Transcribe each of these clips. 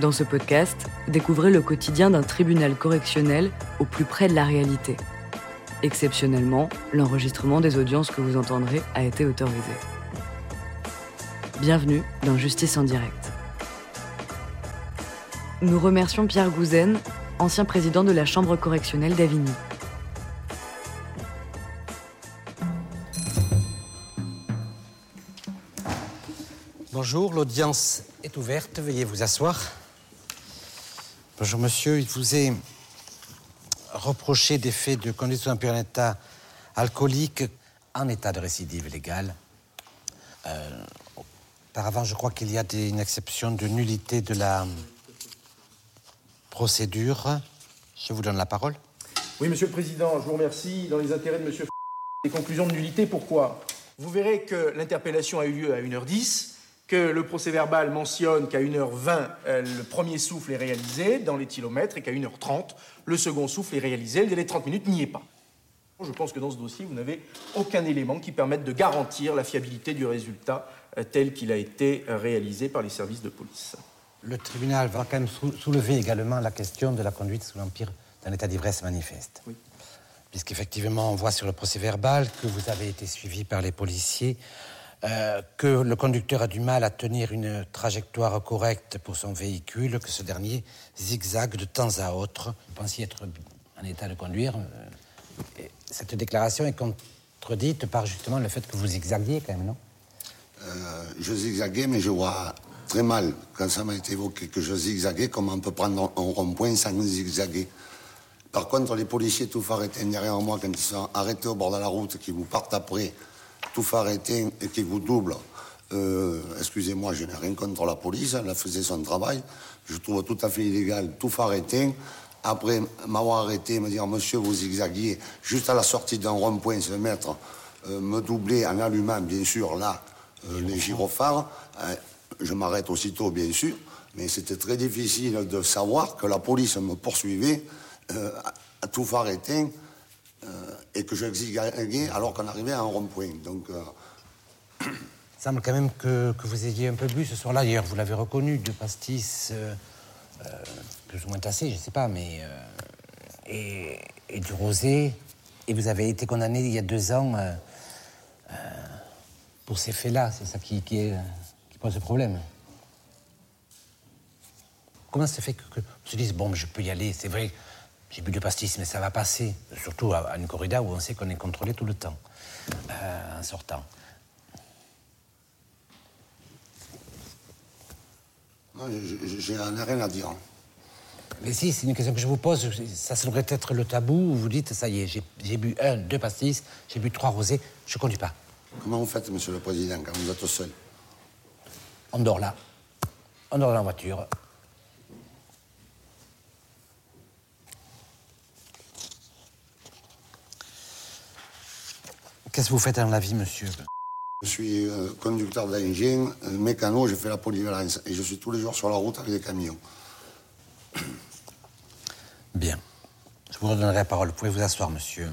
Dans ce podcast, découvrez le quotidien d'un tribunal correctionnel au plus près de la réalité. Exceptionnellement, l'enregistrement des audiences que vous entendrez a été autorisé. Bienvenue dans Justice en direct. Nous remercions Pierre Gouzen, ancien président de la Chambre correctionnelle d'Avigny. Bonjour, l'audience est ouverte, veuillez vous asseoir. Bonjour monsieur, il vous est reproché des faits de conduite sous un état alcoolique en état de récidive légale. Auparavant, je crois qu'il y a une exception de nullité de la procédure. Je vous donne la parole. Oui, Monsieur le Président, je vous remercie. Dans les intérêts de Monsieur les conclusions de nullité, pourquoi ? Vous verrez que l'interpellation a eu lieu à 1h10, que le procès-verbal mentionne qu'à 1h20, le premier souffle est réalisé dans l'éthylomètre et qu'à 1h30, le second souffle est réalisé. Le délai de 30 minutes n'y est pas. Je pense que dans ce dossier, vous n'avez aucun élément qui permette de garantir la fiabilité du résultat tel qu'il a été réalisé par les services de police. Le tribunal va quand même soulever également la question de la conduite sous l'empire d'un état d'ivresse manifeste. Oui. Puisqu'effectivement, on voit sur le procès-verbal que vous avez été suivi par les policiers, que le conducteur a du mal à tenir une trajectoire correcte pour son véhicule, que ce dernier zigzague de temps à autre. Vous pensiez être en état de conduire. Et cette déclaration est contredite par justement le fait que vous zigzaguiez quand même, non ? Je zigzaguais, mais je vois très mal, quand ça m'a été évoqué, que je zigzaguais, comment on peut prendre un rond-point sans zigzaguer. Par contre, les policiers tout arrêtés derrière moi, quand ils sont arrêtés au bord de la route, qui vous partent après, tout arrêtés et qui vous doublent, excusez-moi, je n'ai rien contre la police, elle faisait son travail, je trouve tout à fait illégal, tout arrêté. Après m'avoir arrêté, me dire, monsieur, vous zigzaguiez, juste à la sortie d'un rond-point, se mettre, me doubler en allumant, bien sûr, là, les gyrophares. Je m'arrête aussitôt, bien sûr, mais c'était très difficile de savoir que la police me poursuivait à tout arrêter et que je zigzaguais alors qu'on arrivait à un rond-point. Donc, Il semble quand même que vous ayez un peu bu ce soir-là. D'ailleurs, vous l'avez reconnu, 2 pastis, plus ou moins tassés, je ne sais pas, mais... et du rosé. Et vous avez été condamné il y a 2 ans pour ces faits-là. C'est ça qui pose problème. Comment ça se fait que on se dise, bon, je peux y aller, c'est vrai, j'ai bu 2 pastis, mais ça va passer. Surtout à une corrida où on sait qu'on est contrôlé tout le temps, en sortant. non, j'ai rien à dire. Mais si, c'est une question que je vous pose. Ça devrait être le tabou où vous dites, ça y est, j'ai bu 1, 2 pastis, j'ai bu 3 rosés, je ne conduis pas. Comment vous faites, monsieur le Président, quand vous êtes seul ? On dort là. On dort dans la voiture. Qu'est-ce que vous faites dans la vie, monsieur ? Je suis conducteur d'engin, mécano, j'ai fait la polyvalence et je suis tous les jours sur la route avec des camions. Bien. Je vous redonnerai la parole. Vous pouvez vous asseoir, monsieur.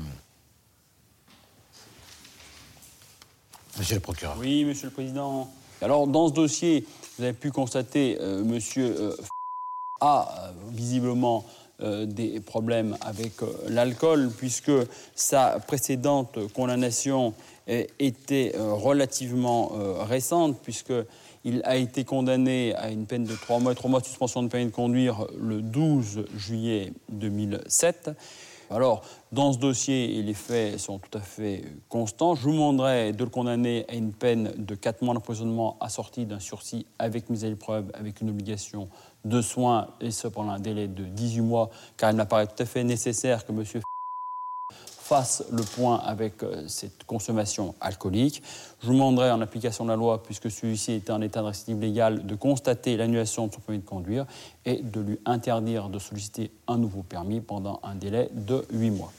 Monsieur le procureur. Oui, monsieur le président. Alors, dans ce dossier, vous avez pu constater, monsieur a visiblement des problèmes avec l'alcool, puisque sa précédente condamnation était relativement récente, puisqu'il a été condamné à une peine de 3 mois de suspension de permis de conduire le 12 juillet 2007. Alors, dans ce dossier, et les faits sont tout à fait constants, je vous demanderai de le condamner à une peine de 4 mois d'emprisonnement assortie d'un sursis avec mise à l'épreuve, avec une obligation de soins, et ce pendant un délai de 18 mois, car il m'apparaît tout à fait nécessaire que monsieur fasse le point avec cette consommation alcoolique. Je vous demanderai, en application de la loi, puisque celui-ci était en état de récidive légale, de constater l'annulation de son permis de conduire et de lui interdire de solliciter un nouveau permis pendant un délai de 8 mois.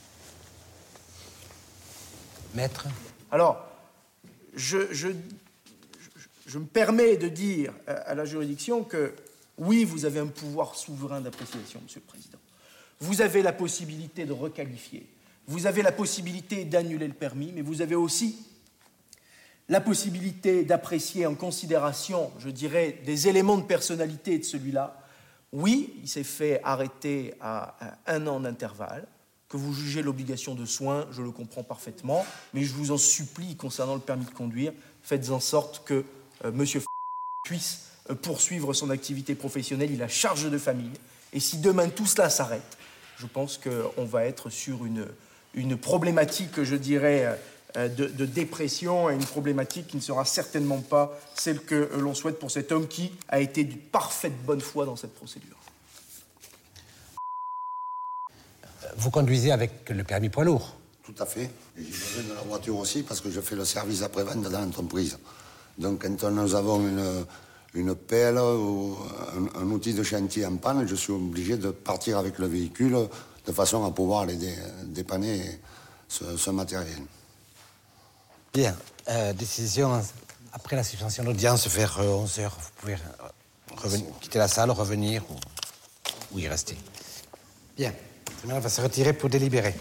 Maître ? Alors, je me permets de dire à la juridiction que, oui, vous avez un pouvoir souverain d'appréciation, Monsieur le Président. Vous avez la possibilité de requalifier. Vous avez la possibilité d'annuler le permis, mais vous avez aussi la possibilité d'apprécier en considération, je dirais, des éléments de personnalité de celui-là Oui, il s'est fait arrêter à 1 an d'intervalle. Que vous jugez l'obligation de soins, je le comprends parfaitement, mais je vous en supplie, concernant le permis de conduire, faites en sorte que monsieur puisse poursuivre son activité professionnelle. Il a charge de famille. Et si demain tout cela s'arrête, je pense qu'on va être sur une problématique, je dirais, de dépression, et une problématique qui ne sera certainement pas celle que l'on souhaite pour cet homme qui a été de parfaite bonne foi dans cette procédure. Vous conduisez avec le permis poids lourd? Tout à fait. Et j'ai besoin de la voiture aussi parce que je fais le service après-vente dans l'entreprise. Donc quand nous avons une pelle ou un outil de chantier en panne, je suis obligé de partir avec le véhicule de façon à pouvoir aller dépanner ce matériel. Bien. Décision après la suspension d'audience vers 11h. Vous pouvez quitter la salle, revenir ou y rester. Bien. Le tribunal va se retirer pour délibérer.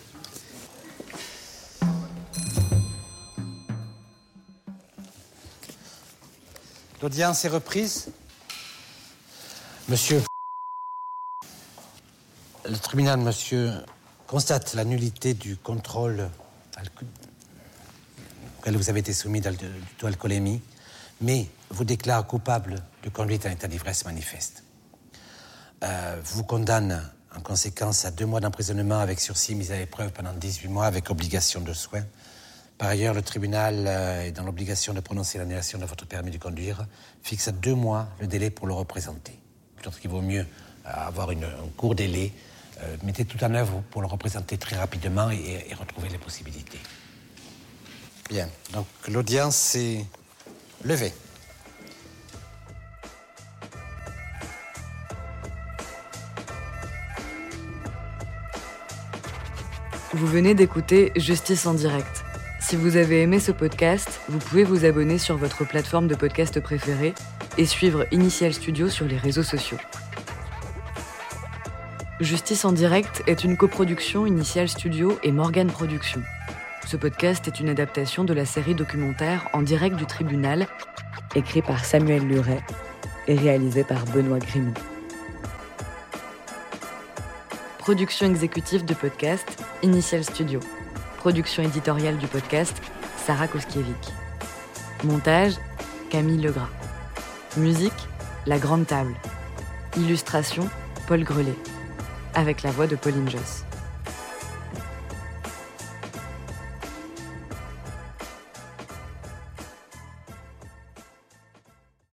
L'audience est reprise. Monsieur, le tribunal, monsieur, constate la nullité du contrôle auquel vous avez été soumis du taux alcoolémie, mais vous déclare coupable de conduite en état d'ivresse manifeste. Vous condamne en conséquence à 2 mois d'emprisonnement avec sursis mis à l'épreuve pendant 18 mois avec obligation de soins. Par ailleurs, le tribunal est dans l'obligation de prononcer l'annulation de votre permis de conduire, fixe à 2 mois le délai pour le représenter. Peut-être qu'il vaut mieux avoir un court délai. Mettez tout en œuvre pour le représenter très rapidement et retrouver les possibilités. Bien, donc l'audience est levée. Vous venez d'écouter Justice en direct. Si vous avez aimé ce podcast, vous pouvez vous abonner sur votre plateforme de podcast préférée et suivre Initial Studio sur les réseaux sociaux. Justice en direct est une coproduction Initial Studio et Morgan Productions. Ce podcast est une adaptation de la série documentaire En direct du tribunal, écrit par Samuel Luret et réalisé par Benoît Grimont. Production exécutive de podcast, Initial Studio. Production éditoriale du podcast, Sarah Koskiewicz. Montage, Camille Legras. Musique, La Grande Table. Illustration, Paul Grelet. Avec la voix de Pauline Josse.